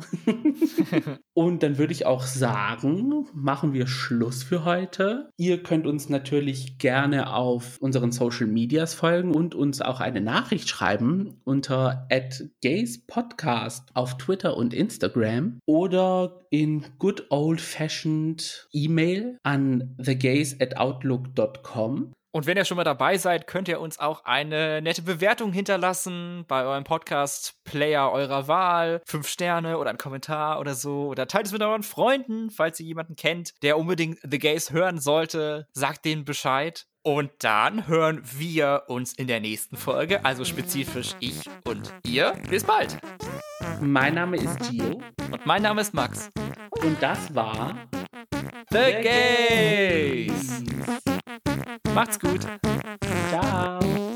Und dann würde ich auch sagen, machen wir Schluss für heute. Ihr könnt uns natürlich gerne auf unseren Social Medias folgen und uns auch eine Nachricht schreiben unter at gayspodcast auf Twitter und Instagram oder in good old-fashioned E-Mail an thegays at outlook dot com. Und wenn ihr schon mal dabei seid, könnt ihr uns auch eine nette Bewertung hinterlassen bei eurem Podcast-Player eurer Wahl. Fünf Sterne oder ein Kommentar oder so. Oder teilt es mit euren Freunden, falls ihr jemanden kennt, der unbedingt The Gays hören sollte. Sagt denen Bescheid. Und dann hören wir uns in der nächsten Folge, also spezifisch ich und ihr. Bis bald. Mein Name ist Gio. Und mein Name ist Max. Und das war The, The Gays. Gays. Macht's gut. Ciao.